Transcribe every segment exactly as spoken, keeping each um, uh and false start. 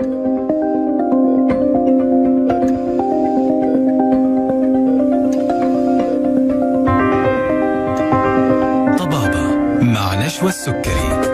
طبابة مع نشوى السكري.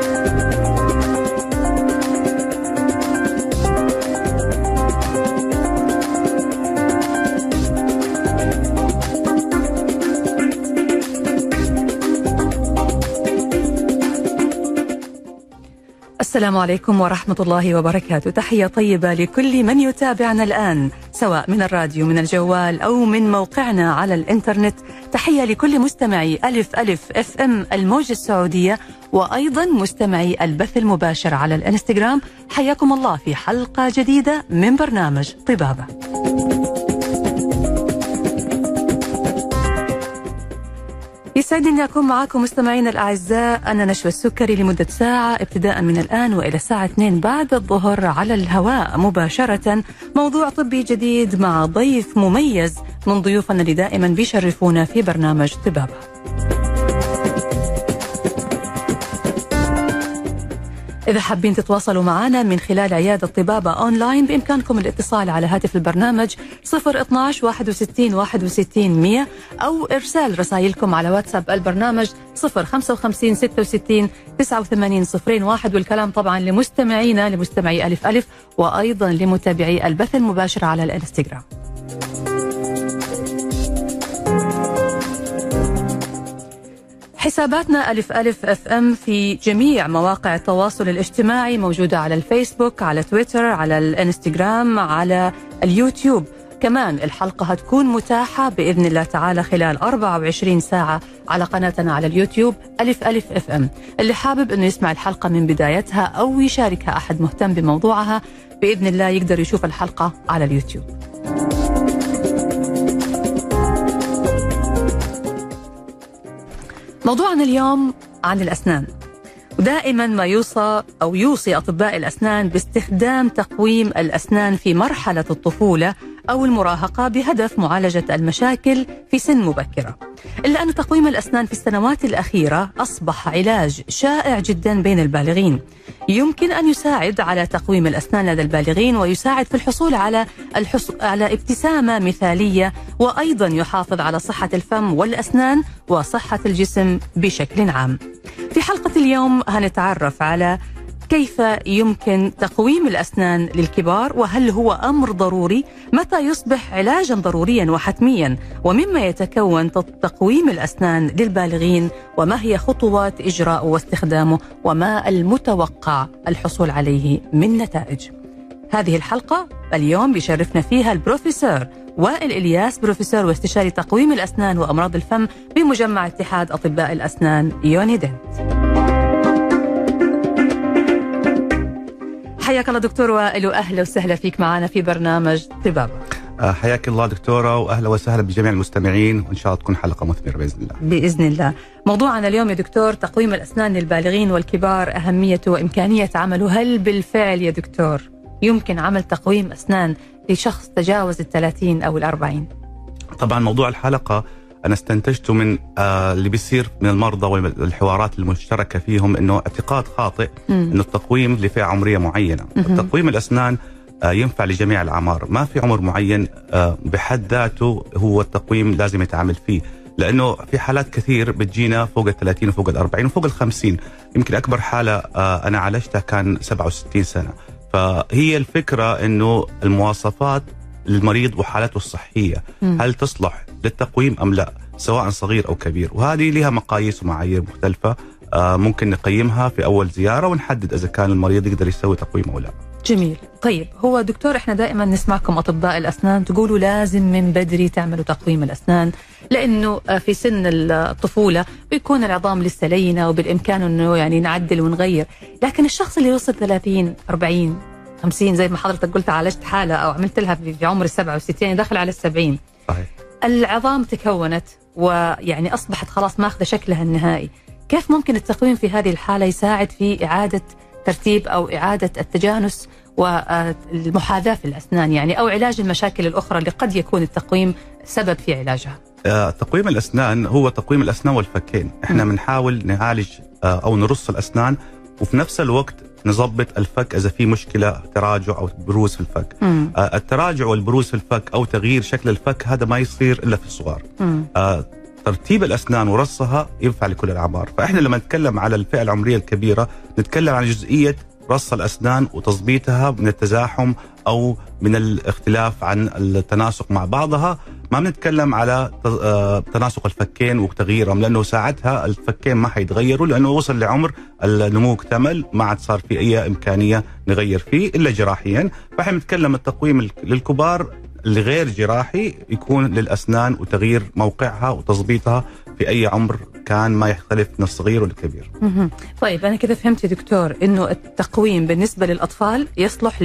السلام عليكم ورحمة الله وبركاته. تحية طيبة لكل من يتابعنا الآن سواء من الراديو من الجوال أو من موقعنا على الإنترنت. تحية لكل مستمعي ألف ألف اف ام الموجة السعودية، وأيضا مستمعي البث المباشر على الانستغرام. حياكم الله في حلقة جديدة من برنامج طبابة. يسعدني أن أكون معكم مستمعينا الأعزاء. أنا نشوى السكري لمدة ساعة ابتداء من الآن وإلى الساعة اثنين بعد الظهر على الهواء مباشرة. موضوع طبي جديد مع ضيف مميز من ضيوفنا اللي دائما بيشرفونا في برنامج طبابة. إذا حابين تتواصلوا معنا من خلال عيادة طبابة أونلاين بإمكانكم الاتصال على هاتف البرنامج صفر اثناش واحد وستين واحد وستين مية أو إرسال رسائلكم على واتساب البرنامج صفر خمسة وخمسين ستة وستين تسعة وثمانين صفرين واحد. والكلام طبعا لمستمعينا لمستمعي ألف ألف وأيضا لمتابعي البث المباشر على الانستغرام. حساباتنا ألف ألف اف ام في جميع مواقع التواصل الاجتماعي موجودة على الفيسبوك، على تويتر، على الانستغرام، على اليوتيوب. كمان الحلقة هتكون متاحة بإذن الله تعالى خلال أربعة وعشرين ساعة على قناتنا على اليوتيوب ألف ألف اف ام. اللي حابب أنه يسمع الحلقة من بدايتها أو يشاركها أحد مهتم بموضوعها بإذن الله يقدر يشوف الحلقة على اليوتيوب. موضوعنا اليوم عن الأسنان، ودائما ما يوصى أو يوصي أطباء الأسنان باستخدام تقويم الأسنان في مرحلة الطفولة أو المراهقة بهدف معالجة المشاكل في سن مبكرة. إلا أن تقويم الأسنان في السنوات الأخيرة أصبح علاج شائع جدا بين البالغين، يمكن أن يساعد على تقويم الأسنان لدى البالغين ويساعد في الحصول على الحص... على ابتسامة مثالية، وأيضا يحافظ على صحة الفم والأسنان وصحة الجسم بشكل عام. في حلقة اليوم هنتعرف على كيف يمكن تقويم الأسنان للكبار، وهل هو أمر ضروري؟ متى يصبح علاجا ضروريا وحتميا؟ ومما يتكون تقويم الأسنان للبالغين؟ وما هي خطوات إجراءه واستخدامه؟ وما المتوقع الحصول عليه من نتائج؟ هذه الحلقة اليوم بيشرفنا فيها البروفيسور وائل إلياس، بروفيسور واستشاري تقويم الأسنان وأمراض الفم بمجمع اتحاد أطباء الأسنان يونيدنت. حياك الله دكتور وائل، وأهلا وسهلا فيك معنا في برنامج طبابة. حياك الله دكتورة، وأهلا وسهلا بجميع المستمعين، وإن شاء الله تكون حلقة مثمرة بإذن الله. بإذن الله. موضوعنا اليوم يا دكتور تقويم الأسنان للبالغين والكبار، أهميته وإمكانية عمله. هل بالفعل يا دكتور يمكن عمل تقويم أسنان لشخص تجاوز الثلاثين أو الأربعين؟ طبعا موضوع الحلقة أنا استنتجته من آه اللي بيصير من المرضى والحوارات المشتركة فيهم، إنه اعتقاد خاطئ إنه التقويم لفئة عمرية معينة. تقويم الأسنان آه ينفع لجميع الأعمار، ما في عمر معين آه بحد ذاته هو التقويم لازم يتعامل فيه، لأنه في حالات كثير بتجينا فوق الثلاثين وفوق الأربعين وفوق الخمسين. يمكن أكبر حالة آه أنا عالجتها كان سبعة وستين سنة. فهي الفكرة إنه المواصفات للمريض وحالته الصحية هل تصلح للتقويم أم لا، سواء صغير أو كبير، وهذه لها مقاييس ومعايير مختلفة آه ممكن نقيمها في أول زيارة ونحدد إذا كان المريض يقدر يسوي تقويم أو لا. جميل. طيب هو دكتور إحنا دائما نسمعكم أطباء الأسنان تقولوا لازم من بدري تعملوا تقويم الأسنان، لأنه في سن الطفولة بيكون العظام لسه لينة وبالإمكان أنه يعني نعدل ونغير، لكن الشخص اللي وصل ثلاثين أربعين خمسين زي ما حضرتك قلت عالجت حالة أو عملت لها في عمر السبعة وستين داخل على السبعين، صحيح. العظام تكونت ويعني أصبحت خلاص ماخذة شكلها النهائي. كيف ممكن التقويم في هذه الحالة يساعد في إعادة ترتيب أو إعادة التجانس والمحاذاة في الأسنان يعني، أو علاج المشاكل الأخرى اللي قد يكون التقويم سبب في علاجها؟ آه، تقويم الأسنان هو تقويم الأسنان والفكين. إحنا بنحاول نعالج آه، أو نرص الأسنان، وفي نفس الوقت نظبط الفك إذا في مشكلة تراجع أو بروز في الفك. مم. آه التراجع والبروز في الفك أو تغيير شكل الفك هذا ما يصير إلا في الصغار. آه ترتيب الأسنان ورصها ينفع لكل الأعمار. فإحنا لما نتكلم على الفئة العمرية الكبيرة نتكلم عن جزئية رص الأسنان وتظبيطها من التزاحم أو من الاختلاف عن التناسق مع بعضها. ما بنتكلم على تناسق الفكين وتغييرهم، لأنه ساعتها الفكين ما حيتغيروا، لأنه وصل لعمر النمو اكتمل، ما عاد صار في أي إمكانية نغير فيه إلا جراحيا. فإحنا بنتكلم التقويم للكبار اللي غير جراحي يكون للأسنان وتغيير موقعها وتظبيطها في أي عمر كان، ما يختلف من الصغير والكبير. طيب أنا كده فهمت يا دكتور إنه التقويم بالنسبة للأطفال يصلح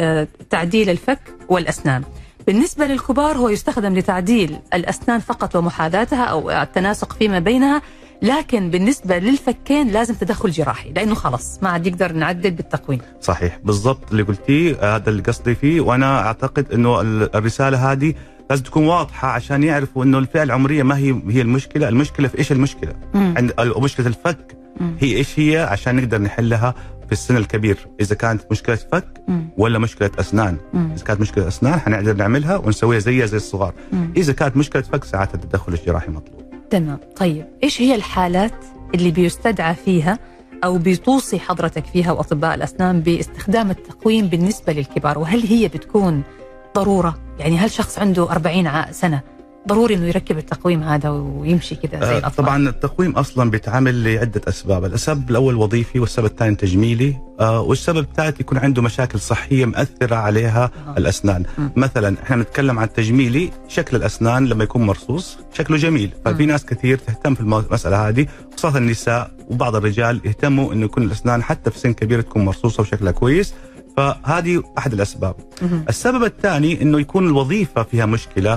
لتعديل الفك والأسنان، بالنسبة للكبار هو يستخدم لتعديل الأسنان فقط ومحاذاتها أو التناسق فيما بينها، لكن بالنسبة للفكين لازم تدخل جراحي لأنه خلص ما عاد يقدر نعدل بالتقويم. صحيح بالضبط اللي قلتيه، هذا اللي قصدي فيه. وأنا أعتقد أنه الرسالة هذه لازم تكون واضحة عشان يعرفوا أنه الفئة العمرية ما هي هي المشكلة. المشكلة في إيش المشكلة؟ مم. عند مشكلة الفك مم. هي إيش هي عشان نقدر نحلها في السن الكبير. إذا كانت مشكلة فك مم. ولا مشكلة أسنان. مم. إذا كانت مشكلة أسنان حنقدر نعملها ونسويها زيها زي الصغار. مم. إذا كانت مشكلة فك ساعتها التدخل الجراحي مطلوب. تمام. طيب إيش هي الحالات اللي بيستدعى فيها أو بتوصي حضرتك فيها وأطباء الأسنان باستخدام التقويم بالنسبة للكبار، وهل هي بتكون ضرورة؟ يعني هل شخص عنده أربعين سنة ضروري إنه يركب التقويم هذا ويمشي كده زي الأطفال؟ طبعا التقويم أصلا بيتعمل لعدة أسباب. السبب الأول وظيفي، والسبب الثاني تجميلي، آه والسبب الثالث يكون عنده مشاكل صحية مؤثرة عليها آه. الأسنان. م. مثلا احنا نتكلم عن التجميلي، شكل الأسنان لما يكون مرصوص شكله جميل، ففي ناس كثير تهتم في المسألة هذه، خاصة النساء وبعض الرجال يهتموا إنه يكون الأسنان حتى في سن كبير تكون مرصوصة وشكلها كويس. فهذه أحد الأسباب. مم. السبب الثاني إنه يكون الوظيفة فيها مشكلة،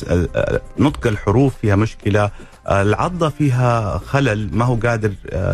نطق الحروف فيها مشكلة، العضة فيها خلل، ما هو قادر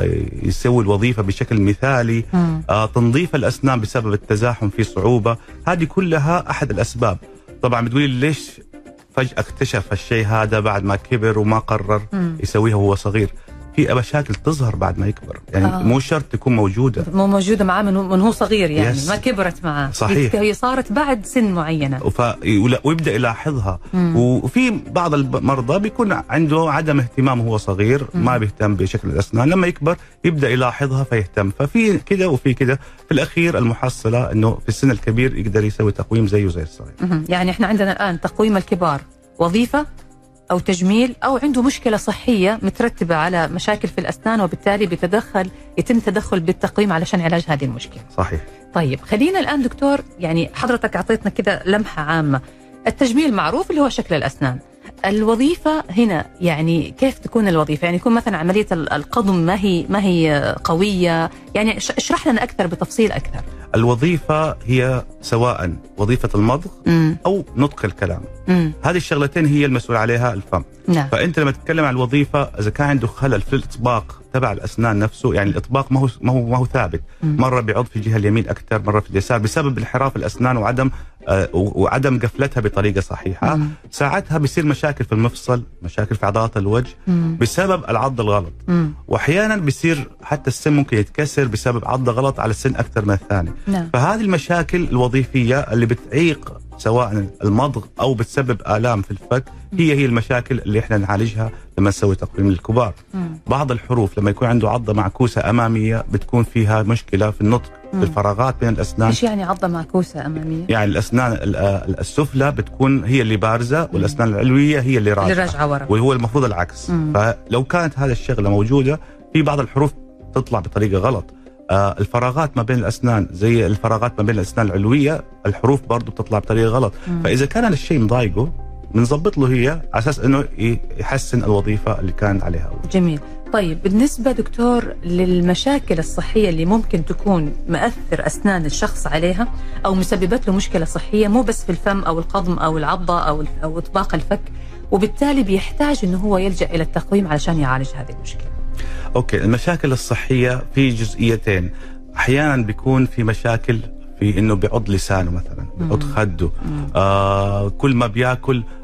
يسوي الوظيفة بشكل مثالي، مم. تنظيف الأسنان بسبب التزاحم في صعوبة. هذه كلها أحد الأسباب. طبعا بتقولي ليش فجأة اكتشف الشيء هذا بعد ما كبر وما قرر مم. يسويها وهو صغير؟ في مشاكل تظهر بعد ما يكبر، يعني آه. مو شرط تكون موجودة، مو موجودة معاه من, من هو صغير، يعني يس. ما كبرت معاه. صحيح. هي صارت بعد سن معينة ف... ويبدأ يلاحظها. مم. وفي بعض المرضى بيكون عنده عدم اهتمام وهو صغير، مم. ما بيهتم بشكل الأسنان، لما يكبر يبدأ يلاحظها فيهتم. ففي كده وفي كده، في الأخير المحصلة أنه في السن الكبير يقدر يسوي تقويم زيه زي الصغير. مم. يعني احنا عندنا الآن تقويم الكبار وظيفة أو تجميل، أو عنده مشكلة صحية مترتبة على مشاكل في الأسنان وبالتالي بيتدخل يتم تدخل بالتقويم علشان علاج هذه المشكلة. صحيح. طيب خلينا الآن دكتور، يعني حضرتك أعطيتنا كده لمحة عامة. التجميل معروف اللي هو شكل الأسنان. الوظيفة هنا يعني كيف تكون الوظيفة؟ يعني يكون مثلا عملية القضم ما هي ما هي قوية، يعني اشرح لنا أكثر بتفصيل أكثر. الوظيفة هي سواء وظيفة المضغ مم. أو نطق الكلام. مم. هذه الشغلتين هي المسؤول عليها الفم. نعم. فأنت لما تتكلم عن الوظيفة، إذا كان عنده خلل في الإطباق تبع الأسنان نفسه، يعني الإطباق ما هو ما هو ما هو ثابت، مم. مرة بيعض في الجهة اليمين أكثر، مرة في اليسار، بسبب انحراف الأسنان وعدم آه وعدم قفلتها بطريقة صحيحة. مم. ساعتها بيصير مشاكل في المفصل، مشاكل في عضلات الوجه، مم. بسبب العض الغلط. مم. وأحيانا بيصير حتى السن ممكن يتكسر بسبب عضة غلط على السن أكثر من الثاني. نعم. فهذه المشاكل الوظيفية اللي بتعيق سواء المضغ أو بتسبب آلام في الفك، هي هي المشاكل اللي احنا نعالجها لما نسوي تقويم للكبار. مم. بعض الحروف لما يكون عنده عضة معكوسة أمامية بتكون فيها مشكلة في النطق، مم. في الفراغات بين الأسنان. إيش يعني عضة معكوسة أمامية؟ يعني الأسنان السفلى بتكون هي اللي بارزة، والأسنان العلوية هي اللي راجعة، اللي راجعة ورا، وهو المفروض العكس. مم. فلو كانت هذه الشغلة موجودة، في بعض الحروف تطلع بطريقة غلط. آه الفراغات ما بين الأسنان زي الفراغات ما بين الأسنان العلوية، الحروف برضو بتطلع بطريقة غلط. مم. فإذا كان الشيء مضايقه بنظبط له هي على أساس أنه يحسن الوظيفة اللي كان عليها أول. جميل. طيب بالنسبة دكتور للمشاكل الصحية اللي ممكن تكون مؤثر أسنان الشخص عليها أو مسببت له مشكلة صحية، مو بس في الفم أو القضم أو العضة أو أو إطباق الفك، وبالتالي بيحتاج إنه هو يلجأ إلى التقويم علشان يعالج هذه المشكلة. أوكي، المشاكل الصحية في جزئيتين. أحيانا بيكون في مشاكل في إنه بيعض لسانه مثلا، بيعض خده، آه كل ما بياكل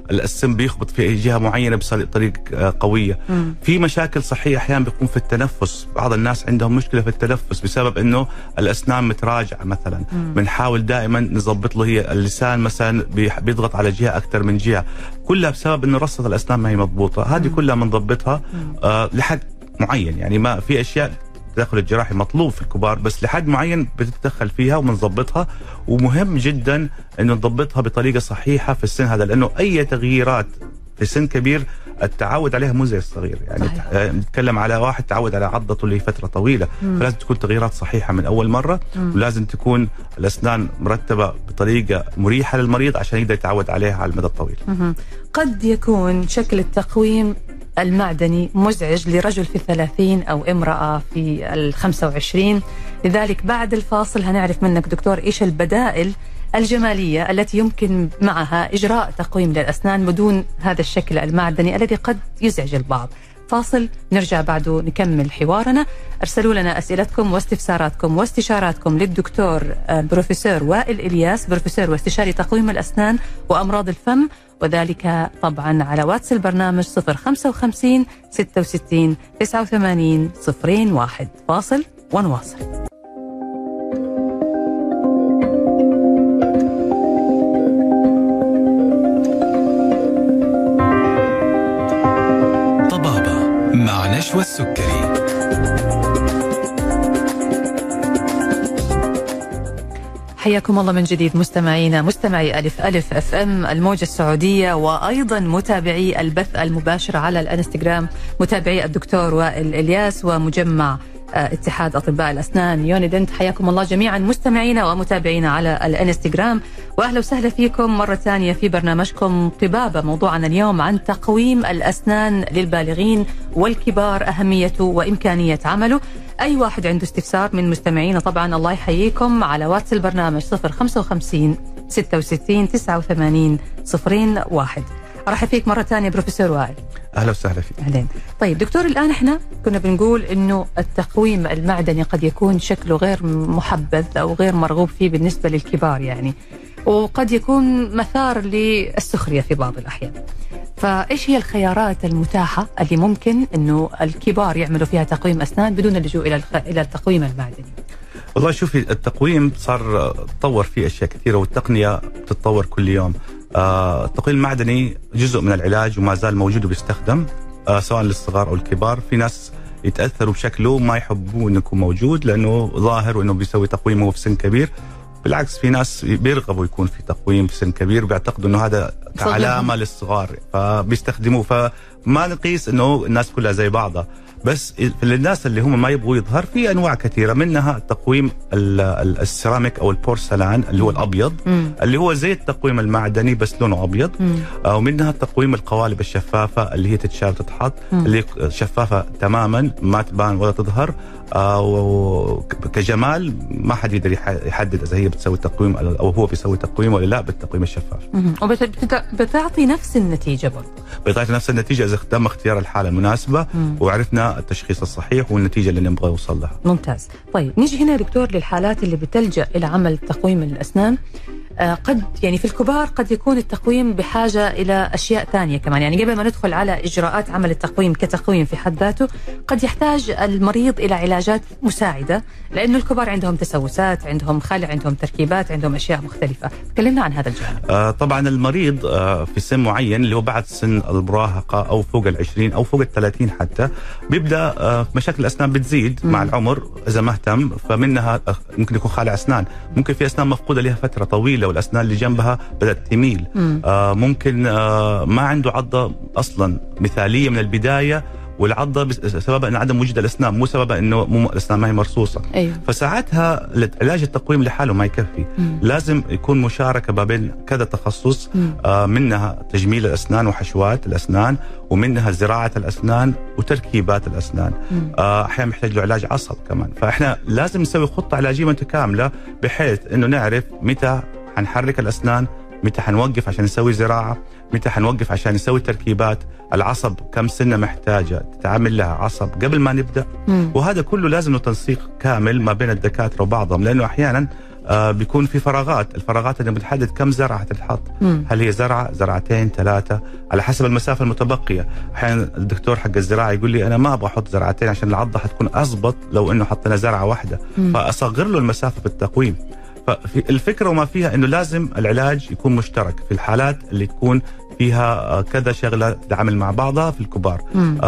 السم بيخبط في جهه معينه بطريقه قويه. مم. في مشاكل صحيه احيانا بيكون في التنفس، بعض الناس عندهم مشكله في التنفس بسبب انه الاسنان متراجعه مثلا. بنحاول دائما نظبط له، هي اللسان مثلا بيضغط على جهه اكثر من جهه، كلها بسبب انه رصه الاسنان ما هي مضبوطه. هذه كلها بنضبطها آه لحد معين، يعني ما في اشياء التدخل الجراحي مطلوب في الكبار، بس لحد معين بتتدخل فيها وبنضبطها. ومهم جدا انه نضبطها بطريقه صحيحه في السن هذا، لانه اي تغييرات في سن كبير التعود عليها مو زي الصغير. يعني نتكلم على واحد تعود على عضته لفتره طويله، مم. فلازم تكون تغييرات صحيحه من اول مره، مم. ولازم تكون الاسنان مرتبه بطريقه مريحه للمريض عشان يقدر يتعود عليها على المدى الطويل. مم. قد يكون شكل التقويم المعدني مزعج لرجل في الثلاثين أو امرأة في الخمسة وعشرين، لذلك بعد الفاصل هنعرف منك دكتور إيش البدائل الجمالية التي يمكن معها إجراء تقويم للأسنان بدون هذا الشكل المعدني الذي قد يزعج البعض. فاصل، نرجع بعده نكمل حوارنا. ارسلوا لنا أسئلتكم واستفساراتكم واستشاراتكم للدكتور بروفيسور وائل إلياس، بروفيسور واستشاري تقويم الأسنان وأمراض الفم، وذلك طبعا على واتس البرنامج صفر خمسة وخمسين ستة وستين تسعة وثمانين صفرين واحد. فاصل ونواصل. طبابة مع نشوى السكري. حياكم الله من جديد مستمعينا، مستمعي ألف ألف أف أم الموجة السعودية، وأيضا متابعي البث المباشر على الانستغرام، متابعي الدكتور وائل إلياس ومجمع اتحاد أطباء الأسنان يونيدنت. حياكم الله جميعا مستمعينا ومتابعينا على الانستغرام، وأهلا وسهلا فيكم مرة ثانية في برنامجكم طبابة. موضوعنا اليوم عن تقويم الأسنان للبالغين والكبار، أهميته وإمكانية عمله. أي واحد عنده استفسار من مستمعينا طبعا الله يحييكم على واتس البرنامج صفر خمسة وخمسين ستة وستين تسعة وثمانين صفرين واحد. أرحب فيك مرة ثانية بروفيسور وائل. أهلا وسهلا فيك. أهلين. طيب دكتور، الآن إحنا كنا بنقول إنه التقويم المعدني قد يكون شكله غير محبذ أو غير مرغوب فيه بالنسبة للكبار يعني، وقد يكون مثار للسخرية في بعض الأحيان. فإيش هي الخيارات المتاحة اللي ممكن إنه الكبار يعملوا فيها تقويم أسنان بدون اللجوء إلى الخ... إلى التقويم المعدني؟ والله شوفي، التقويم صار تطور فيه أشياء كثيرة والتقنية بتتطور كل يوم. آه التقويم المعدني جزء من العلاج وما زال موجود وبيستخدم آه سواء للصغار أو الكبار. في ناس يتأثروا بشكله ما يحبوا إنه يكون موجود لأنه ظاهر وإنه بيسوي تقويم وهو في سن كبير. بالعكس في ناس بيرغبوا يكون في تقويم في سن كبير وبيعتقدوا انه هذا علامه للصغار فبيستخدموه. فما نقيس انه الناس كلها زي بعضها، بس في الناس اللي هم ما يبغوا يظهر في انواع كثيره، منها تقويم السيراميك او البورسلان اللي هو الابيض، مم. اللي هو زي التقويم المعدني بس لونه ابيض، ومنها تقويم القوالب الشفافه اللي هي تتشال وتتحط، اللي شفافه تماما ما تبان ولا تظهر، آه كجمال ما حد يقدر يحدد اذا هي بتسوي تقويم او هو بيسوي تقويم ولا لا بالتقويم الشفاف. وبتعطي نفس النتيجه برضه. بتعطي نفس النتيجه اذا تم اختيار الحاله المناسبه، مم. وعرفنا التشخيص الصحيح والنتيجه اللي نبغى نوصل لها. ممتاز. طيب نيجي هنا دكتور للحالات اللي بتلجأ الى عمل تقويم الاسنان. آه قد يعني في الكبار قد يكون التقويم بحاجة إلى أشياء ثانية كمان، يعني قبل ما ندخل على إجراءات عمل التقويم كتقويم في حد ذاته قد يحتاج المريض إلى علاجات مساعدة، لأنه الكبار عندهم تسوسات، عندهم خلع، عندهم تركيبات، عندهم أشياء مختلفة. تكلمنا عن هذا الجانب. آه طبعا المريض آه في سن معين اللي هو بعد سن المراهقة أو فوق العشرين أو فوق الثلاثين حتى بيبدأ آه مشاكل الأسنان بتزيد مم. مع العمر إذا ما اهتم، فمنها آه ممكن يكون خالع أسنان، ممكن في أسنان مفقودة لها فترة طويلة والأسنان اللي جنبها بدأت تميل، آه ممكن آه ما عنده عضة أصلا مثالية من البداية، والعضة سببها أن عدم وجود الأسنان مو سببها أنه مو الأسنان ما هي مرصوصة. أيوه. فساعتها علاج التقويم لحاله ما يكفي، مم. لازم يكون مشاركة ما بين كذا تخصص، آه منها تجميل الأسنان وحشوات الأسنان، ومنها زراعة الأسنان وتركيبات الأسنان، آه أحيانا محتاج له علاج عصب كمان. فإحنا لازم نسوي خطة علاجية متكاملة بحيث أنه نعرف متى حنحرك الأسنان، متى حنوقف عشان نسوي زراعة، متى حنوقف عشان نسوي تركيبات، العصب كم سنة محتاجة تتعامل لها عصب قبل ما نبدأ. مم. وهذا كله لازم له تنسيق كامل ما بين الدكاترة وبعضهم، لأنه أحيانا آه بيكون في فراغات، الفراغات اللي بتحدد كم زرعه هتتحط، هل هي زرعه زرعتين ثلاثه على حسب المسافه المتبقيه. احيانا الدكتور حق الزراعه يقول لي انا ما ابغى احط زرعتين عشان العضه حتكون اضبط لو انه حطينا زرعه واحده، فاصغر له المسافه في التقويم. فالفكره وما فيها انه لازم العلاج يكون مشترك في الحالات اللي تكون فيها كذا شغله تتعامل مع بعضها. في الكبار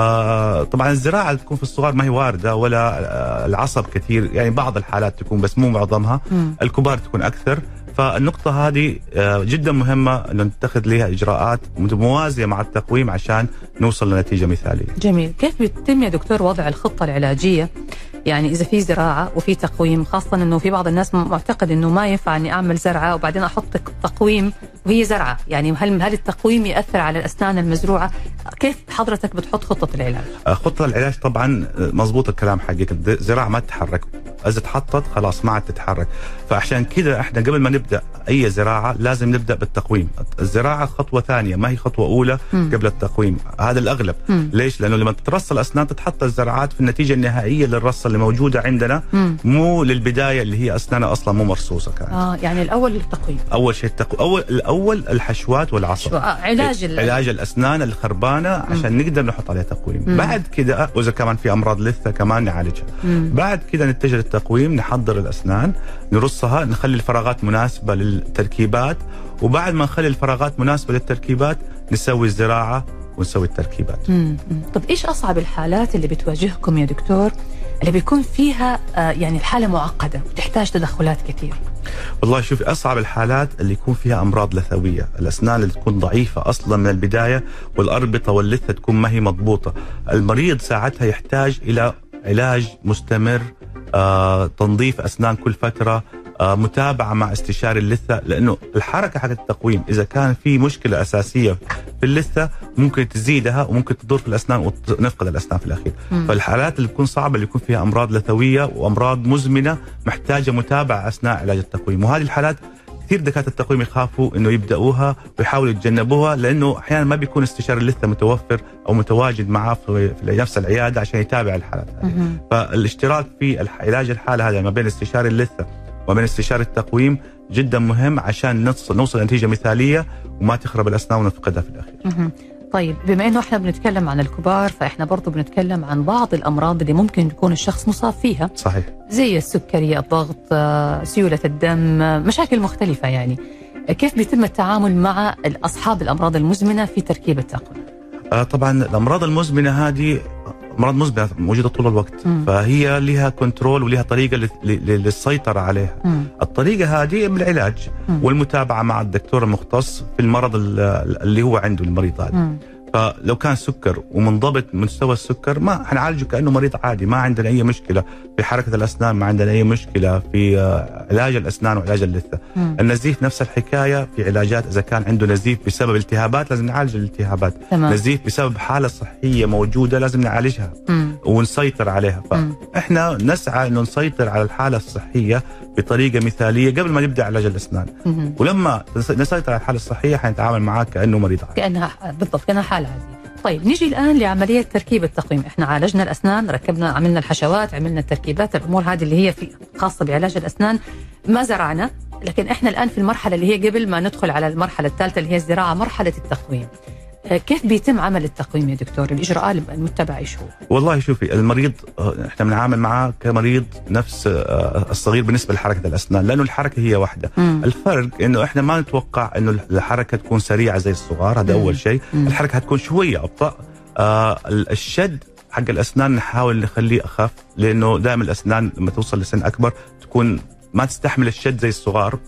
آه طبعا الزراعه تكون في الصغار ما هي وارده ولا آه العصب كثير، يعني بعض الحالات تكون بس مو معظمها. مم. الكبار تكون اكثر. فالنقطة هذه جدا مهمة أن نتخذ لها إجراءات موازية مع التقويم عشان نوصل لنتيجة مثالية. جميل. كيف بيتم يا دكتور وضع الخطة العلاجية؟ يعني إذا في زراعة وفي تقويم، خاصة أنه في بعض الناس معتقد أنه ما ينفع أني أعمل زرعة وبعدين أحط تقويم وهي زرعة، يعني هل هل التقويم يأثر على الأسنان المزروعة؟ كيف حضرتك بتحط خطة العلاج؟ خطة العلاج طبعا مضبوط الكلام حقك، الزراعة ما تتحرك، إذا تحطت خلاص ما عاد تتحرك. فعشان كذا احنا قبل ما نبدأ أي زراعة لازم نبدأ بالتقويم. الزراعة خطوة ثانية ما هي خطوة أولى م. قبل التقويم، هذا الأغلب. م. ليش؟ لأنه لما تترص الأسنان تتحط الزراعات في النتيجة النهائية للرصة اللي موجودة عندنا، م. مو للبداية اللي هي أسنانها أصلا مو مرصوصة كانت. آه يعني الأول التقويم. أول شيء التقويم، أول الأول الحشوات والعصب. آه علاج ال... علاج الأسنان الخربانة عشان م. نقدر نحط عليها تقويم. م. بعد كذا وإذا كمان في أمراض لثة كمان نعالجها. م. بعد كذا نتجه للتقويم، نحضر الأسنان، نرصها، نخلي الفراغات مناسبة للتركيبات، وبعد ما نخلي الفراغات مناسبة للتركيبات نسوي الزراعة ونسوي التركيبات. مم. طب إيش أصعب الحالات اللي بتواجهكم يا دكتور اللي بيكون فيها آه يعني الحالة معقدة وتحتاج تدخلات كثير؟ والله شوفي، أصعب الحالات اللي يكون فيها أمراض لثوية، الأسنان اللي تكون ضعيفة أصلا من البداية والأربطة واللثة تكون ما هي مضبوطة. المريض ساعتها يحتاج إلى علاج مستمر، آه، تنظيف أسنان كل فترة، آه، متابعة مع استشاري اللثة، لأنه الحركة حق التقويم إذا كان في مشكلة أساسية في اللثة ممكن تزيدها وممكن تضر في الأسنان ونفقد الأسنان في الأخير. مم. فالحالات اللي تكون صعبة اللي يكون فيها أمراض لثوية وأمراض مزمنة محتاجة متابعة أثناء علاج التقويم، وهذه الحالات كثير دكاتره التقويم يخافوا انه يبداوها ويحاولوا يتجنبوها، لانه احيانا ما بيكون استشاري اللثه متوفر او متواجد معاه في نفس العياده عشان يتابع الحالات هذه. فالاشتراك في علاج الحاله هذا ما بين استشاري اللثه وما بين استشاري التقويم جدا مهم عشان نوصل نوصل لنتيجه مثاليه وما تخرب الاسنان ونفقدها في الاخير. طيب بما انه احنا بنتكلم عن الكبار، فاحنا برضو بنتكلم عن بعض الامراض اللي ممكن يكون الشخص مصاب فيها. صحيح. زي السكري، الضغط، سيولة الدم، مشاكل مختلفة. يعني كيف بيتم التعامل مع اصحاب الامراض المزمنة في تركيب التقويم؟ آه طبعا الامراض المزمنة هذه امراض مزمنة موجودة طول الوقت. م. فهي لها كنترول ولها طريقة للسيطرة عليها. م. الطريقة هذه بالعلاج م. والمتابعة مع الدكتور المختص في المرض اللي هو عنده المريض هذا. م. فلو كان سكر ومنضبط مستوى السكر ما حنعالجه كأنه مريض عادي، ما عندنا أي مشكلة في حركة الأسنان، ما عندنا أي مشكلة في علاج الأسنان وعلاج اللثة. مم. النزيف نفس الحكاية، في علاجات إذا كان عنده نزيف بسبب التهابات لازم نعالج الالتهابات. تمام. نزيف بسبب حالة صحية موجودة لازم نعالجها. مم. ونسيطر عليها. فإحنا نسعى إنه نسيطر على الحالة الصحية بطريقة مثالية قبل ما نبدأ علاج الأسنان. مم. ولما نسيطر على الحالة الصحية حنتعامل معاه كأنه مريض عادي. كأنها بالضبط كأنها حالة عادية. طيب نيجي الآن لعملية تركيب التقويم. احنا عالجنا الأسنان، ركبنا، عملنا الحشوات، عملنا التركيبات، الأمور هذه اللي هي في خاصة بعلاج الأسنان ما زرعنا، لكن احنا الآن في المرحلة اللي هي قبل ما ندخل على المرحلة الثالثة اللي هي الزراعة، مرحلة التقويم. كيف بيتم عمل التقويم يا دكتور؟ الإجراءات المتبعة ايش هو؟ والله شوفي، المريض احنا بنعامل معاه كمريض نفس الصغير بالنسبة لحركة الأسنان، لأنه الحركة هي واحدة. مم. الفرق إنه احنا ما نتوقع إنه الحركة تكون سريعة زي الصغار، هذا مم. أول شيء. مم. الحركة هتكون شوية أبطأ. آه الشد حق الأسنان نحاول نخليه أخف، لأنه دائما الأسنان لما توصل لسن أكبر تكون ما تستحمل الشد زي الصغار.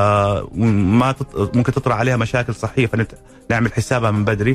آه ما تط... ممكن تطرأ عليها مشاكل صحية، فنعمل حسابها من بدري.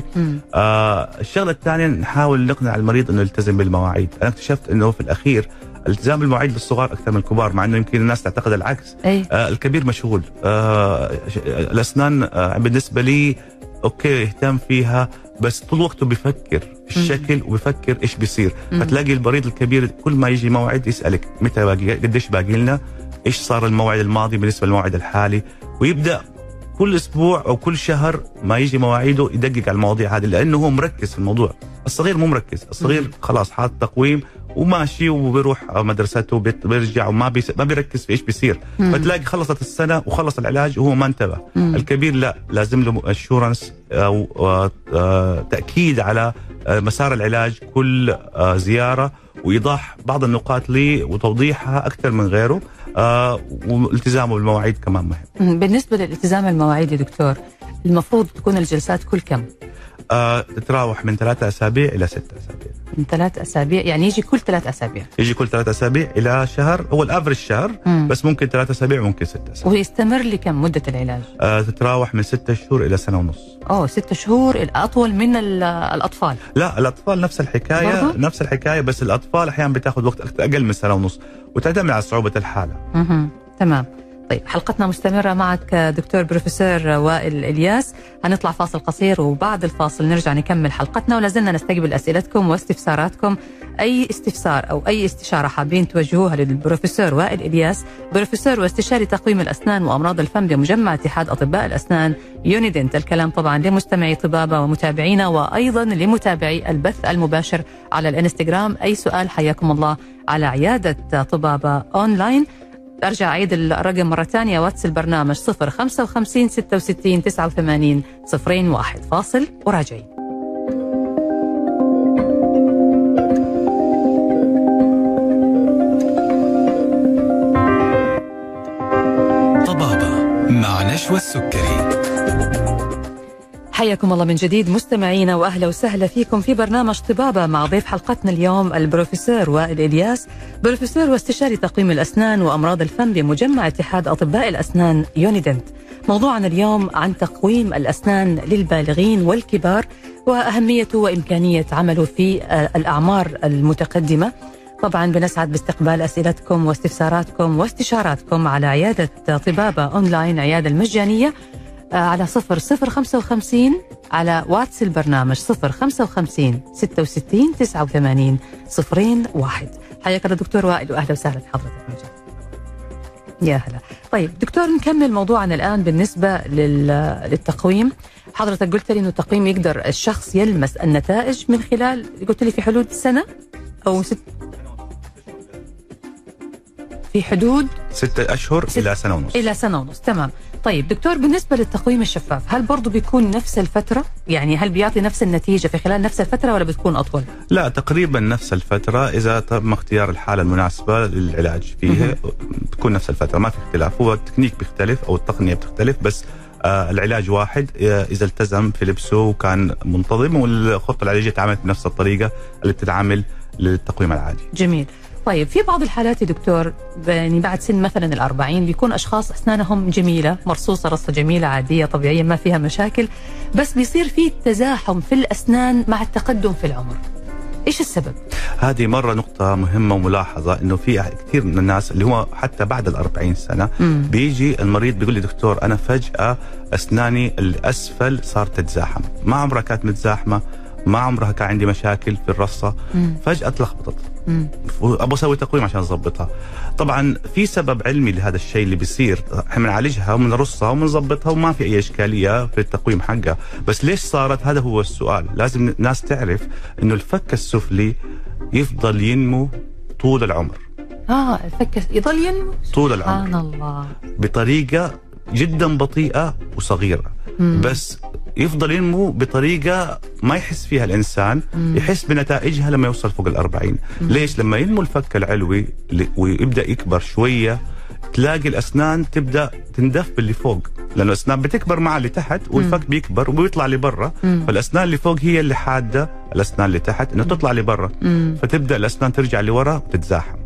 آه الشغلة الثانية نحاول نقنع المريض انه يلتزم بالمواعيد. انا اكتشفت انه في الاخير التزام بالمواعيد للصغار اكثر من الكبار، مع انه يمكن الناس تعتقد العكس. آه الكبير مشغول. آه الاسنان آه بالنسبة لي اوكي يهتم فيها، بس طول وقته بيفكر في الشكل وبيفكر ايش بيصير. فتلاقي المريض الكبير كل ما يجي موعد يسألك متى باقي، قديش باقي لنا، ايش صار الموعد الماضي بالنسبه للموعد الحالي، ويبدا كل اسبوع او كل شهر ما يجي مواعيده يدقق على المواضيع هذه، لانه هو مركز في الموضوع. الصغير مو مركز، الصغير خلاص حاط تقويم وماشي وبيروح مدرسته وبيرجع وما بيس... ما بيركز في ايش بيصير. فتلاقي خلصت السنه وخلص العلاج وهو ما انتبه. مم. الكبير لا، لازم له اشورنس او تاكيد على مسار العلاج كل زياره، وايضاح بعض النقاط لي وتوضيحها اكثر من غيره، والتزامه بالمواعيد كمان مهم. بالنسبه للالتزام المواعيد يا دكتور، المفروض تكون الجلسات كل كم؟ آه تتراوح من ثلاثة أسابيع إلى ستة أسابيع. من ثلاث أسابيع يعني يجي كل ثلاث أسابيع؟ يجي كل ثلاث أسابيع إلى شهر، هو الأفرج شهر. مم. بس ممكن ثلاث أسابيع وممكن ستة أسابيع. ويستمر لكم مدة العلاج؟ آه تتراوح من ستة شهور إلى سنة ونص. أوه ستة شهور أطول من الأطفال؟ لا، الأطفال نفس الحكاية برضو؟ نفس الحكاية، بس الأطفال أحيانا بتاخذ وقت أقل من سنة ونص، وتعتمد على صعوبة الحالة. مه. تمام. طيب حلقتنا مستمرة معك دكتور بروفيسور وائل إلياس. هنطلع فاصل قصير وبعد الفاصل نرجع نكمل حلقتنا، ولازلنا نستقبل أسئلتكم واستفساراتكم. أي استفسار أو أي استشارة حابين توجهوها للبروفيسور وائل إلياس، بروفيسور واستشاري تقويم الأسنان وأمراض الفم بمجمع اتحاد أطباء الأسنان يونيدنت. الكلام طبعا لمستمعي طبابة ومتابعينا، وأيضا لمتابعي البث المباشر على الانستغرام. أي سؤال حياكم الله على عيادة طبابة أونلاين. أرجع أعيد الرقم مرة ثانية، واتس البرنامج صفر خمسة وخمسين ستة وستين تسعة وثمانين صفرين واحد. فاصل وراجعين. طبابة مع نشوى السكري. حياكم الله من جديد مستمعينا، وأهلا وسهلا فيكم في برنامج طبابة مع ضيف حلقتنا اليوم البروفيسور وائل إلياس، بروفيسور واستشاري تقويم الأسنان وأمراض الفم بمجمع اتحاد أطباء الأسنان يونيدنت. موضوعنا اليوم عن تقويم الأسنان للبالغين والكبار، وأهميته وإمكانية عمله في الأعمار المتقدمة. طبعا بنسعد باستقبال أسئلتكم واستفساراتكم واستشاراتكم على عيادة طبابة أونلاين، عيادة المجانية، على صفر صفر خمسة وخمسين على واتس البرنامج صفر خمسة وخمسين ستة وستين تسعة وثمانين صفرين واحد. حياك الله دكتور وائل، وأهلا وسهلا في حضرتك مجد. يا هلا. طيب دكتور، نكمل موضوعنا الآن بالنسبة للتقويم. حضرتك قلت لي إنه التقويم يقدر الشخص يلمس النتائج من خلال، قلت لي في حدود سنة أو ست في حدود ستة أشهر ست... إلى سنة ونص. إلى سنة ونص. تمام. طيب دكتور، بالنسبة للتقويم الشفاف، هل برضو بيكون نفس الفترة؟ يعني هل بيعطي نفس النتيجة في خلال نفس الفترة ولا بتكون أطول؟ لا، تقريبا نفس الفترة إذا تم اختيار الحالة المناسبة للعلاج فيها. بتكون نفس الفترة، ما في اختلاف. هو التكنيك بيختلف أو التقنية بتختلف، بس آه العلاج واحد إذا التزم في لبسه وكان منتظم، والخطة العلاجية تعاملت بنفس الطريقة اللي بتتعامل للتقويم العادي. جميل. طيب في بعض الحالات يا دكتور، يعني بعد سن مثلا الأربعين بيكون أشخاص أسنانهم جميلة، مرصوصة رصة جميلة عادية طبيعية ما فيها مشاكل، بس بيصير في تزاحم في الأسنان مع التقدم في العمر. إيش السبب؟ هذه مرة نقطة مهمة وملاحظة، إنه في كثير من الناس اللي هو حتى بعد الأربعين سنة مم. بيجي المريض بيقول لي دكتور أنا فجأة أسناني الأسفل صارت تتزاحم، ما عمرها كانت متزاحمة، ما عمرها كان عندي مشاكل في الرصة، مم. فجأة تلخبطت، أبغى أسوي تقويم عشان أضبطها. طبعا في سبب علمي لهذا الشيء اللي بيصير، احنا بنعالجها وبنرصها وبنضبطها وما في أي إشكالية في التقويم حقها، بس ليش صارت؟ هذا هو السؤال. لازم الناس تعرف إنه الفك السفلي يفضل ينمو طول العمر. آه الفك يضل ينمو طول العمر، سبحان الله، بطريقة جدا بطيئة وصغيرة، مم. بس يفضل ينمو بطريقة ما يحس فيها الإنسان، مم. يحس بنتائجها لما يوصل فوق الأربعين. مم. ليش؟ لما ينمو الفك العلوي ويبدأ يكبر شوية، تلاقي الأسنان تبدأ تندف باللي فوق، لأنه الأسنان بتكبر مع اللي تحت والفك بيكبر وبيطلع لبرا، فالأسنان اللي فوق هي اللي حادة الأسنان اللي تحت إنه تطلع لبرا، فتبدأ الأسنان ترجع لورا وتتزاحم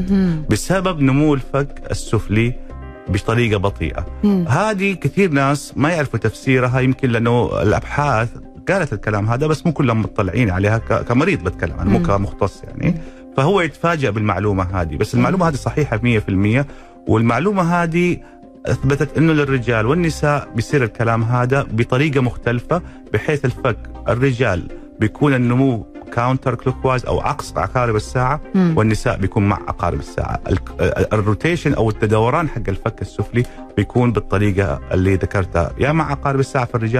بسبب نمو الفك السفلي بطريقة بطيئة. مم. هذه كثير ناس ما يعرفوا تفسيرها، يمكن لأنه الأبحاث قالت الكلام هذا بس مو كلهم مطلعين عليها. كمريض بتكلم أنا، مو كمختص يعني. مم. فهو يتفاجأ بالمعلومة هذه، بس المعلومة هذه صحيحة مية في المية، والمعلومة هذه أثبتت أنه للرجال والنساء بيصير الكلام هذا بطريقة مختلفة، بحيث الفك الرجال بيكون النمو كاونتر كلوكوايز او عكس عقارب الساعه، مم. والنساء بيكون مع عقارب الساعه. الروتيشن او التدوران حق الفك السفلي بيكون بالطريقه اللي ذكرتها، يا مع عقارب الساعه في الرجال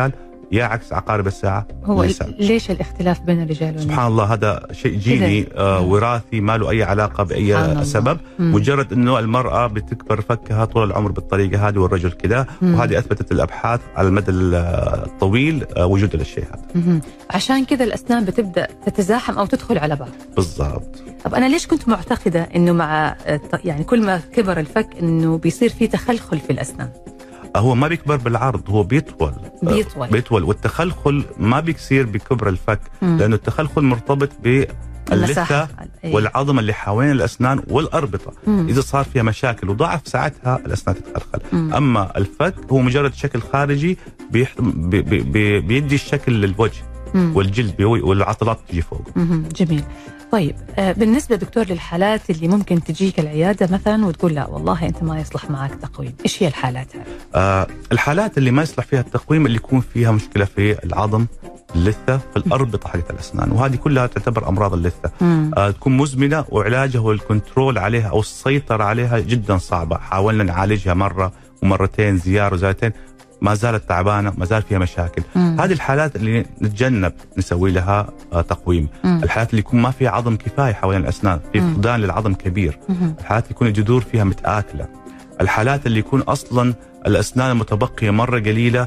يا عكس عقارب الساعه هو للنساء. ليش الاختلاف بين الرجال والنساء؟ سبحان الله، هذا شيء جيني آه وراثي، ما له اي علاقه باي سبب. مم. مجرد انه المراه بتكبر فكها طول العمر بالطريقه هذه والرجل كذا، وهذه اثبتت الابحاث على المدى الطويل آه وجود الشيء هذا. مم. عشان كذا الاسنان بتبدا تتزاحم او تدخل على بعض. بالضبط. طب انا ليش كنت معتقده انه مع يعني كل ما كبر الفك انه بيصير في تخلخل في الاسنان؟ هو ما بيكبر بالعرض، هو بيطول بيطول بيطول والتخلخل ما بيصير بكبر الفك. مم. لانه التخلخل مرتبط باللثه والعظم اللي حوالين الاسنان والاربطه. مم. اذا صار فيها مشاكل وضعف ساعتها الاسنان تتخلخل. مم. اما الفك هو مجرد شكل خارجي بيح... بي... بي... بيدي الشكل للوجه. مم. والجلد والعضلات تجي فوق. مم. جميل. طيب آه بالنسبة دكتور للحالات اللي ممكن تجيك العيادة مثلا وتقول لا والله أنت ما يصلح معك تقويم، إيش هي الحالات هذه؟ آه الحالات اللي ما يصلح فيها التقويم اللي يكون فيها مشكلة في العظم، اللثة، في الأربطة حقت الأسنان، وهذه كلها تعتبر أمراض اللثة. آه تكون مزمنة وعلاجها والكنترول عليها أو السيطرة عليها جدا صعبة. حاولنا نعالجها مرة ومرتين، زيارة وزيارتين، ما زالت تعبانه، ما زال فيها مشاكل. مم. هذه الحالات اللي نتجنب نسوي لها آه تقويم. مم. الحالات اللي يكون ما فيها عظم كفايه حوالين الاسنان، في فقدان للعظم كبير. مم. الحالات اللي يكون الجذور فيها متآكله، الحالات اللي يكون اصلا الاسنان المتبقيه مره قليله.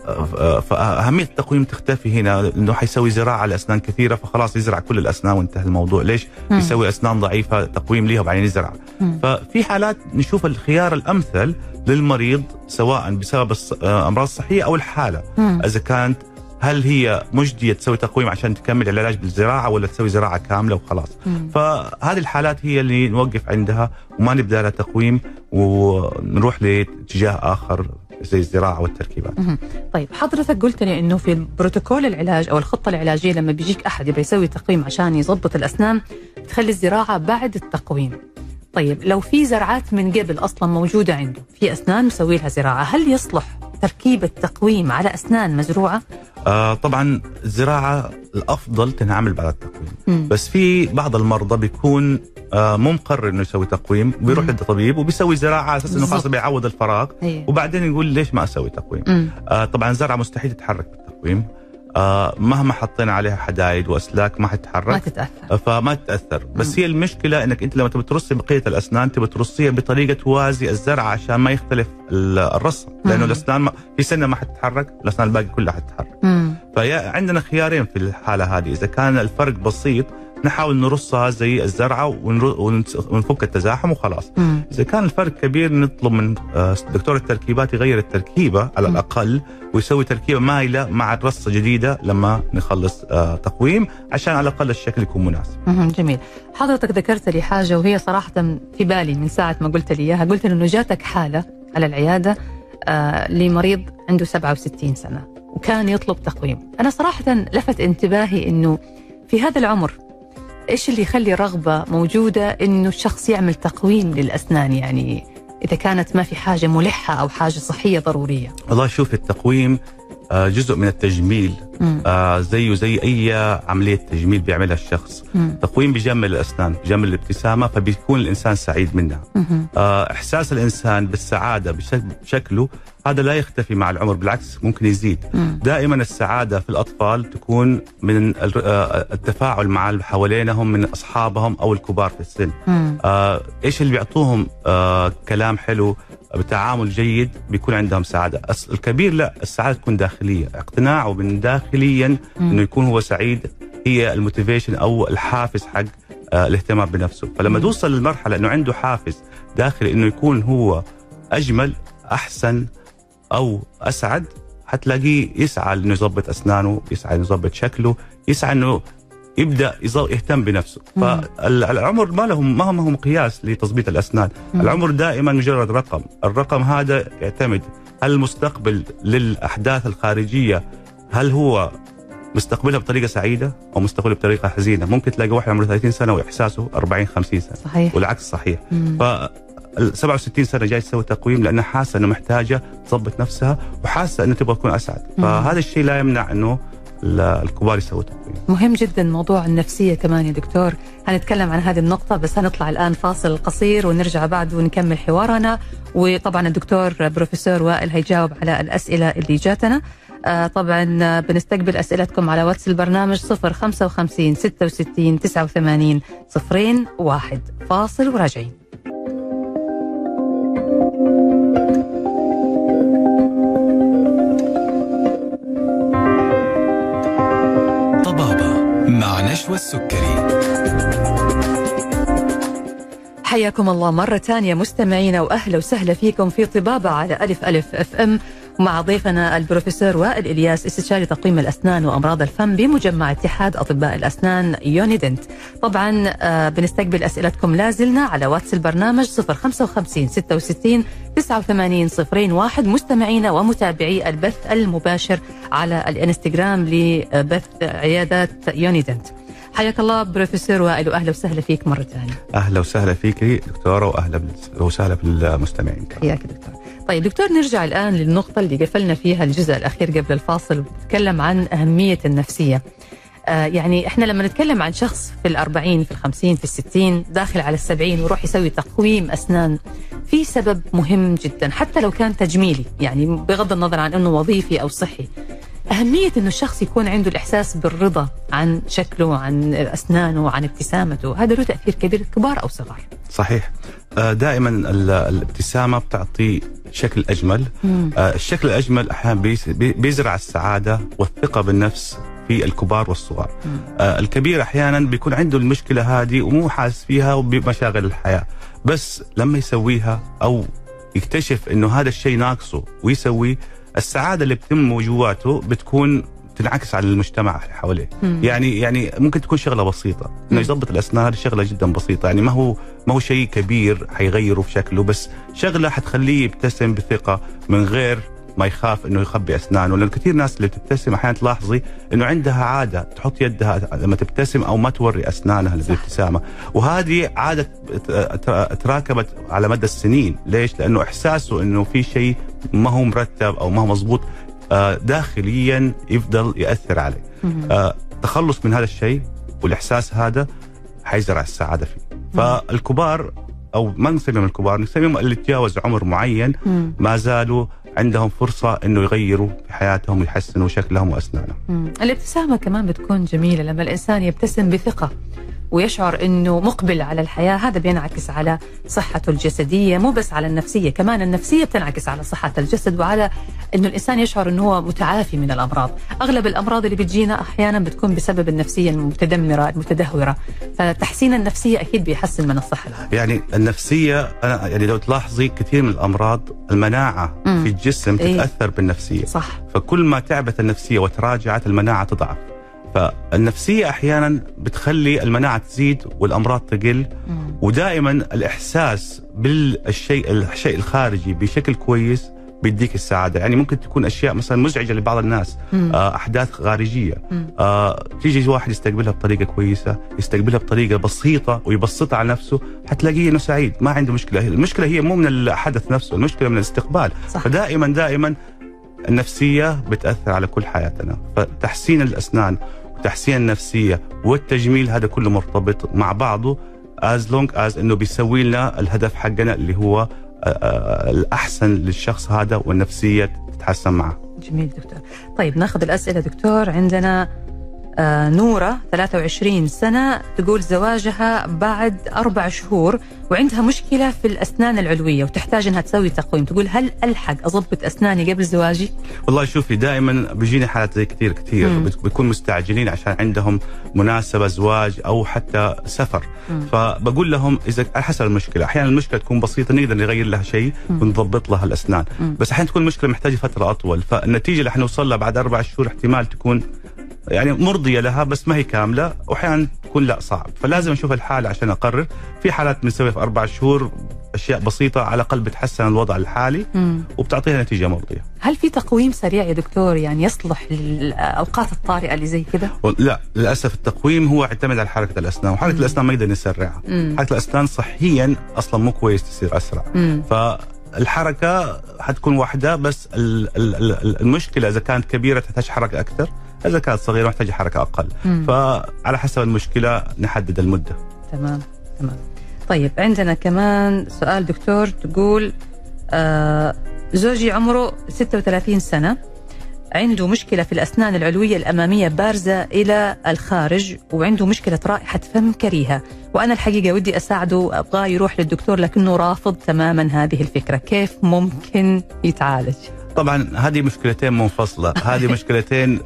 فاهميه التقويم تختفي هنا، انه حيسوي زراعه على اسنان كثيره فخلاص يزرع كل الاسنان وانتهى الموضوع. ليش؟ مم. يسوي اسنان ضعيفه تقويم ليها وبعدين يزرع. مم. ففي حالات نشوف الخيار الامثل للمريض سواء بسبب امراض صحيه او الحاله. مم. اذا كانت هل هي مجديه تسوي تقويم عشان تكمل العلاج بالزراعه ولا تسوي زراعه كامله وخلاص. مم. فهذه الحالات هي اللي نوقف عندها وما نبدا لها تقويم ونروح لاتجاه اخر زي الزراعه والتركيبات. مم. طيب حضرتك قلت لي انه في بروتوكول العلاج او الخطه العلاجيه لما بيجيك احد يبي يسوي تقويم عشان يضبط الاسنان تخلي الزراعه بعد التقويم. طيب لو في زرعات من قبل اصلا موجوده عنده، في اسنان مسوي لها زراعه، هل يصلح تركيب التقويم على اسنان مزروعه؟ آه طبعا الزراعه الافضل تنعمل بعد التقويم. مم. بس في بعض المرضى بيكون آه مو مقرر انه يسوي تقويم، بيروح للطبيب وبيسوي زراعه على اساس انه خلاص بيعوض الفراغ. هي. وبعدين يقول ليش ما اسوي تقويم؟ آه طبعا الزرعه مستحيل تتحرك بالتقويم. آه مهما حطينا عليها حدايد واسلاك ما حتتحرك، ما تتاثر. آه فما تتاثر. بس مم. هي المشكله انك انت لما تبي ترصي بقيه الاسنان تبي ترصيها بطريقه توازي الزرعه عشان ما يختلف الرص، لانه الاسنان ما في سنه ما حتتحرك، الاسنان الباقي كلها حتتحرك. فعندنا خيارين في الحاله هذه. اذا كان الفرق بسيط نحاول نرصها زي الزرعه ونفك التزاحم وخلاص. مم. اذا كان الفرق كبير نطلب من دكتور التركيبات يغير التركيبه على الاقل ويسوي تركيبه مايله مع الرصه جديده لما نخلص تقويم عشان على الاقل الشكل يكون مناسب. جميل. حضرتك ذكرت لي حاجه وهي صراحه في بالي من ساعه ما قلت لي اياها، قلت انه جاتك حاله على العياده آه لمريض عنده سبعة وستين سنه وكان يطلب تقويم. انا صراحه لفت انتباهي انه في هذا العمر إيش اللي يخلي رغبة موجودة إنه الشخص يعمل تقويم للأسنان، يعني إذا كانت ما في حاجة ملحة أو حاجة صحية ضرورية؟ والله شوف، التقويم جزء من التجميل، آه زيه زي أي عملية تجميل بيعملها الشخص. مم. تقويم بيجمل الأسنان، بيجمل الابتسامة، فبيكون الإنسان سعيد منها. آه إحساس الإنسان بالسعادة بشكله هذا لا يختفي مع العمر، بالعكس ممكن يزيد. مم. دائما السعادة في الأطفال تكون من التفاعل مع اللي حوالينهم من أصحابهم أو الكبار في السن. آه إيش اللي بيعطوهم آه كلام حلو بتعامل جيد بيكون عندهم سعادة. الكبير لا، السعادة تكون داخلية، اقتناعه من داخليا مم. انه يكون هو سعيد هي الموتيفيشن او الحافز حق آه الاهتمام بنفسه. فلما توصل للمرحلة انه عنده حافز داخلي انه يكون هو اجمل احسن او اسعد، حتلاقيه يسعى انه يضبط اسنانه، يسعى انه يضبط شكله، يسعى انه يبدا يهتم بنفسه. فالعمر ما له ما هو مقياس لتظبيط الاسنان. مم. العمر دائما مجرد رقم، الرقم هذا يعتمد هل المستقبل للاحداث الخارجيه هل هو مستقبلها بطريقه سعيده او مستقبلها بطريقه حزينه. ممكن تلاقي واحد عمره ثلاثين سنه واحساسه أربعين خمسين سنه، صحيح. والعكس صحيح. ف سبعة وستين سنه جاي تسوي تقويم لانها حاسه انه محتاجه تضبط نفسها وحاسه انه تبغى تكون اسعد. مم. فهذا الشيء لا يمنع انه الكبار يسووا تقويم. مهم جدا موضوع النفسية كمان يا دكتور، هنتكلم عن هذه النقطة بس هنطلع الآن فاصل قصير ونرجع بعد ونكمل حوارنا. وطبعا الدكتور بروفيسور وائل هيجاوب على الأسئلة اللي جاتنا. آه طبعا بنستقبل أسئلتكم على واتس البرنامج صفر خمسة وخمسين ستة وستين تسعة وثمانين صفرين واحد. فاصل وراجعين. طبابة مع نشوى السكري. حياكم الله مرة ثانية مستمعينا، وأهلا وسهلا فيكم في طبابة على ألف ألف أف أم مع ضيفنا البروفيسور وائل إلياس، استشاري تقويم الأسنان وأمراض الفم بمجمع اتحاد أطباء الأسنان يونيدنت. طبعا آه بنستقبل أسئلتكم لازلنا على واتس البرنامج صفر خمسة وخمسين ستة وستين تسعة وثمانين صفرين واحد. مستمعينا ومتابعي البث المباشر على الانستغرام لبث عيادات يونيدنت. حياك الله بروفيسور وائل، واهلا وسهلا فيك مره ثانيه. اهلا وسهلا فيك دكتوره، واهلا وسهلا بالمستمعين. حياك دكتور. طيب دكتور، نرجع الان للنقطه اللي قفلنا فيها الجزء الاخير قبل الفاصل، وبنتكلم عن اهميه النفسيه. آه يعني احنا لما نتكلم عن شخص في الأربعين في الخمسين في الستين داخل على السبعين ويروح يسوي تقويم أسنان، في سبب مهم جدا حتى لو كان تجميلي، يعني بغض النظر عن أنه وظيفي أو صحي. أهمية أنه الشخص يكون عنده الإحساس بالرضا عن شكله، عن أسنانه، عن ابتسامته، هذا له تأثير كبير كبار أو صغار. صحيح. دائما الابتسامة بتعطي شكل أجمل. مم. الشكل الأجمل أحيانا بيزرع السعادة والثقة بالنفس في الكبار والصغار. آه الكبير أحيانا بيكون عنده المشكلة هذه ومو حاسس فيها وبمشاغل الحياة، بس لما يسويها أو يكتشف إنه هذا الشيء ناقصه ويسويه، السعادة اللي بتنمو جواته بتكون تنعكس على المجتمع اللي حواليه. مم. يعني يعني ممكن تكون شغلة بسيطة، إنه يضبط الأسنان، هذه شغلة جدا بسيطة، يعني ما هو ما هو شيء كبير حيغيره في شكله، بس شغلة حتخليه يبتسم بثقة من غير ما يخاف انه يخبي اسنانه. لان كثير ناس اللي بتبتسم احيانا تلاحظي انه عندها عاده تحط يدها لما تبتسم او ما توري اسنانها بالابتسامه، وهذه عاده تراكمت على مدى السنين. ليش؟ لانه احساسه انه في شيء ما هو مرتب او ما هو مضبوط داخليا يفضل ياثر عليه. تخلص من هذا الشيء والاحساس هذا حيزرع السعاده فيه. فالكبار او ما نسميهم الكبار، نسميهم اللي تجاوز عمر معين ما زالوا عندهم فرصة إنه يغيروا في حياتهم ويحسنوا شكلهم وأسنانهم. مم. الابتسامة كمان بتكون جميلة لما الإنسان يبتسم بثقة ويشعر إنه مقبل على الحياة، هذا بينعكس على صحته الجسدية، مو بس على النفسية، كمان النفسية بتنعكس على صحة الجسد وعلى إنه الإنسان يشعر إنه هو متعافي من الأمراض. أغلب الأمراض اللي بتجينا أحيانا بتكون بسبب النفسية المتدمرة المتدهورة، فتحسين النفسية أكيد بيحسن من الصحة. يعني النفسية أنا يعني لو تلاحظي كثير من الأمراض المناعة مم. في الجسم تتأثر إيه؟ بالنفسية. صح. فكل ما تعبت النفسية وتراجعت المناعة تضعف. فالنفسية أحيانا بتخلي المناعة تزيد والأمراض تقل. مم. ودائما الإحساس بالشيء الشيء الخارجي بشكل كويس بيديك السعادة. يعني ممكن تكون أشياء مثلا مزعجة لبعض الناس، آه أحداث خارجية، آه تيجي واحد يستقبلها بطريقة كويسة، يستقبلها بطريقة بسيطة ويبسطها على نفسه، حتلاقيه إنه سعيد ما عنده مشكلة. المشكلة هي مو من الحدث نفسه، المشكلة من الاستقبال. صح. فدائما دائما النفسية بتأثر على كل حياتنا. فتحسين الأسنان وتحسين النفسية والتجميل هذا كله مرتبط مع بعضه as long as إنه بيسوي لنا الهدف حقنا اللي هو الأحسن للشخص هذا والنفسية تتحسن معه. جميل دكتور. طيب ناخذ الأسئلة دكتور. عندنا آه نورة ثلاثة وعشرين سنة تقول زواجها بعد أربع شهور وعندها مشكلة في الأسنان العلوية وتحتاج أنها تسوي تقويم. تقول هل ألحق أضبط أسناني قبل زواجي؟ والله شوفي دائما بيجيني حالات زي كثير كثير بيكون مستعجلين عشان عندهم مناسبة زواج أو حتى سفر. مم. فبقول لهم إذا على حسب المشكلة، أحيانا المشكلة تكون بسيطة نقدر نغير لها شيء ونضبط لها الأسنان. مم. بس أحيانا تكون المشكلة محتاجة فترة أطول، فالنتيجة اللي حنوصل لها بعد أربع شهور احتمال تكون يعني مرضية لها بس ما هي كاملة، وأحيانا تكون لا صعب. فلازم نشوف الحالة عشان أقرر. في حالات بنسويها في أربع شهور أشياء بسيطة على الأقل بتحسن الوضع الحالي مم. وبتعطيها نتيجة مرضية. هل في تقويم سريع يا دكتور يعني يصلح للأوقات الطارئة اللي زي كده؟ لا للأسف التقويم هو يعتمد على حركة الأسنان، وحركة مم. الأسنان ما يقدر نسرعها. مم. حركة الأسنان صحيا أصلا مو كويس تصير أسرع. مم. فالحركة حتكون واحدة بس المشكلة إذا كانت كبيرة تحتاج حركة أكثر، إذا كانت صغيرة محتاجة حركة أقل. مم. فعلى حسب المشكلة نحدد المدة. تمام تمام. طيب عندنا كمان سؤال دكتور. تقول آه زوجي عمره ستة وثلاثين سنة، عنده مشكلة في الأسنان العلوية الأمامية بارزة إلى الخارج، وعنده مشكلة رائحة فم كريهة، وأنا الحقيقة ودي أساعده، أبغاه يروح للدكتور لكنه رافض تماما هذه الفكرة، كيف ممكن يتعالج؟ طبعا هذه مشكلتين منفصلة. هذه مشكلتين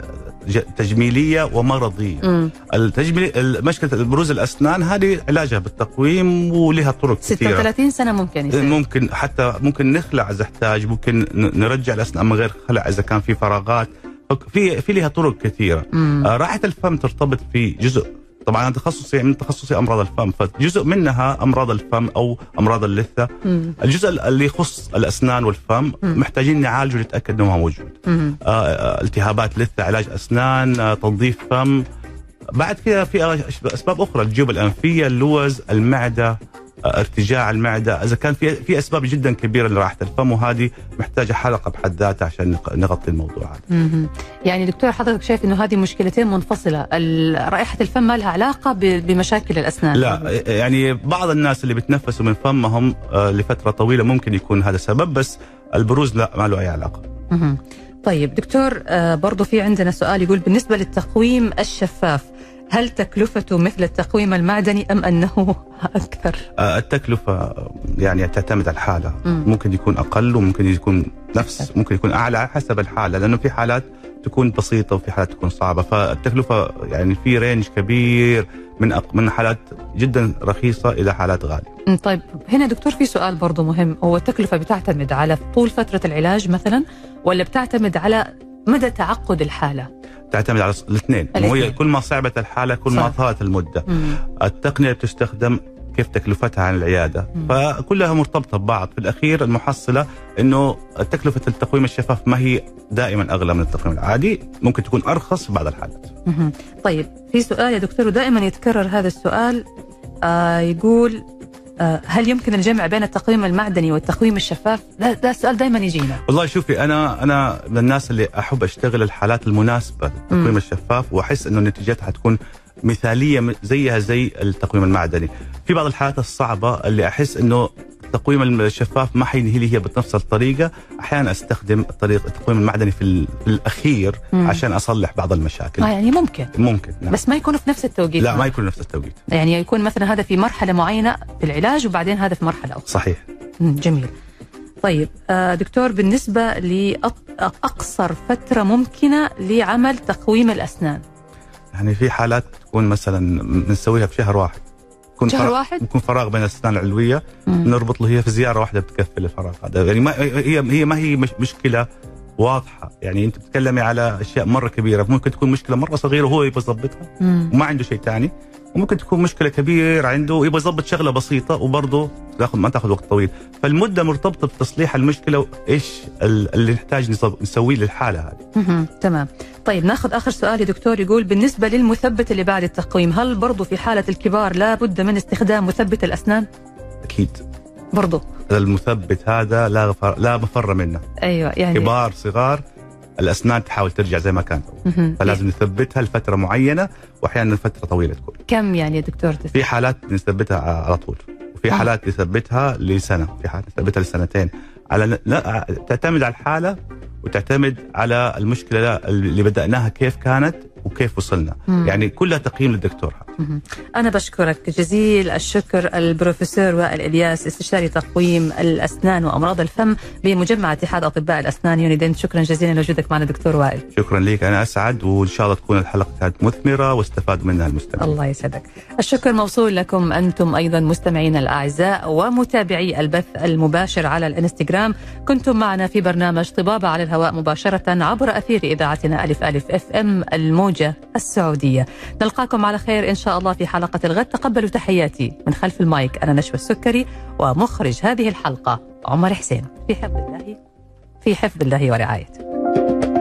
تجميلية ومرضية. التجميل مشكلة بروز الأسنان هذه علاجها بالتقويم ولها طرق كثيرة. ستة وثلاثين سنة ممكن يصير. ممكن حتى ممكن نخلع إذا احتاج، ممكن نرجع الأسنان من غير خلع إذا كان في فراغات، في في لها طرق كثيرة. آه راحة الفم ترتبط في جزء، طبعا أنا تخصصي من تخصصي أمراض الفم، فجزء منها أمراض الفم أو أمراض اللثة. مم. الجزء اللي يخص الأسنان والفم مم. محتاجين نعالجه ونتأكد أنه موجود. آه آه التهابات لثة، علاج أسنان، آه تنظيف فم. بعد كده في أسباب أخرى، الجيوب الأنفية، اللوز، المعدة، آه ارتجاع المعدة. إذا كان في في أسباب جدا كبيرة لراحة الفم، وهذه محتاجة حلقة بحد ذاتها عشان نغطي الموضوع هذا. يعني دكتور حضرتك شايف إنه هذه مشكلتين منفصلة، رائحة الفم ما لها علاقة بمشاكل الأسنان؟ لا، يعني بعض الناس اللي بتنفسوا من فمهم آه لفترة طويلة ممكن يكون هذا السبب، بس البروز لا، ما له أي علاقة. مه. طيب دكتور، آه برضو في عندنا سؤال يقول بالنسبة للتقويم الشفاف، هل تكلفته مثل التقويم المعدني أم أنه أكثر؟ آه التكلفة يعني تعتمد على الحالة. مم. ممكن يكون أقل وممكن يكون نفس، ممكن يكون أعلى حسب الحالة، لأنه في حالات تكون بسيطة وفي حالات تكون صعبة. فالتكلفة يعني في رينج كبير من من حالات جدا رخيصة إلى حالات غالية. طيب هنا دكتور في سؤال برضو مهم، هو التكلفة بتعتمد على طول فترة العلاج مثلا، ولا بتعتمد على مدى تعقد الحالة؟ تعتمد على الاثنين. وهي كل ما صعبت الحالة كل ما طالت المدة. مم. التقنية اللي بتستخدم كيف تكلفتها عن العيادة. مم. فكلها مرتبطة ببعض. في الأخير المحصلة إنه تكلفة التقويم الشفاف ما هي دائما أغلى من التقويم العادي، ممكن تكون أرخص في بعض الحالات. مم. طيب في سؤال يا دكتور ودائما يتكرر هذا السؤال، آه يقول آه هل يمكن الجمع بين التقويم المعدني والتقويم الشفاف؟ ده, ده السؤال دائما يجينا. والله شوفي، أنا أنا من الناس اللي أحب أشتغل الحالات المناسبة للتقويم الشفاف، وأحس إنه نتيجتها حتكون مثالية زيها زي التقويم المعدني. في بعض الحالات الصعبة اللي أحس إنه التقويم الشفاف ما حينهي لي هي بنفس الطريقة، أحيانا أستخدم الطريق التقويم المعدني في, في الأخير مم. عشان أصلح بعض المشاكل. آه يعني ممكن ممكن نعم. بس ما يكون في نفس التوقيت. لا ما يكون نفس التوقيت، يعني يكون مثلا هذا في مرحلة معينة في العلاج وبعدين هذا في مرحلة أخرى. صحيح. جميل. طيب آه دكتور، بالنسبة لأقصر فترة ممكنة لعمل تقويم الأسنان، يعني في حالات تكون مثلا بنسويها في شهر واحد، يكون شهر فراغ واحد يكون فراغ بين الأسنان العلوية، نربط له هي في زيارة واحدة بتكفي الفراغ هذا. يعني ما هي هي ما هي مش مشكلة واضحة، يعني أنت بتتكلمي على أشياء مرة كبيرة، ممكن تكون مشكلة مرة صغيرة وهو يبغى يظبطها وما عنده شيء تاني، وممكن تكون مشكلة كبيرة عنده يبغى يظبط شغلة بسيطة وبرضه تاخذ ما تاخذ وقت طويل. فالمدة مرتبطة بتصليح المشكلة وإيش اللي نحتاج نسويه للحالة هذه. تمام. طيب ناخذ آخر سؤال يا دكتور، يقول بالنسبة للمثبت اللي بعد التقويم، هل برضه في حالة الكبار لا بد من استخدام مثبت الأسنان؟ أكيد. برضه المثبت هذا لا غفر لا مفر منه. أيوة يعني كبار صغار الأسنان تحاول ترجع زي ما كانت، فلازم نثبتها لفترة معينة، وأحيانا فترة طويلة تكون. كم يعني يا دكتور تثبت؟ في حالات نثبتها على طول، وفي آه. حالات نثبتها لسنة، في حالات نثبتها لسنتين. على لا تعتمد على الحالة وتعتمد على المشكلة اللي بدأناها كيف كانت وكيف وصلنا. مم. يعني كلها تقييم للدكتور. مم. أنا بشكرك جزيل الشكر البروفيسور وائل إلياس، استشاري تقويم الأسنان وأمراض الفم بمجمع اتحاد أطباء الأسنان يونيدنت. شكرا جزيلا لوجودك معنا دكتور وائل. شكرا لك، أنا أسعد، وإن شاء الله تكون الحلقة كانت مثمرة واستفاد منها المستمعين. الله يسعدك. الشكر موصول لكم أنتم أيضا مستمعين الأعزاء ومتابعي البث المباشر على الانستغرام. كنتم معنا في برنامج طبابة على الهواء مباشرة عبر أثير إذاعتنا ألف ألف اف ام الموجة السعودية. نلقاكم على خير إن شاء الله في حلقة الغد. تقبلوا تحياتي من خلف المايك، أنا نشوى السكري، ومخرج هذه الحلقة عمر حسين. في حفظ الله في حفظ الله ورعايته.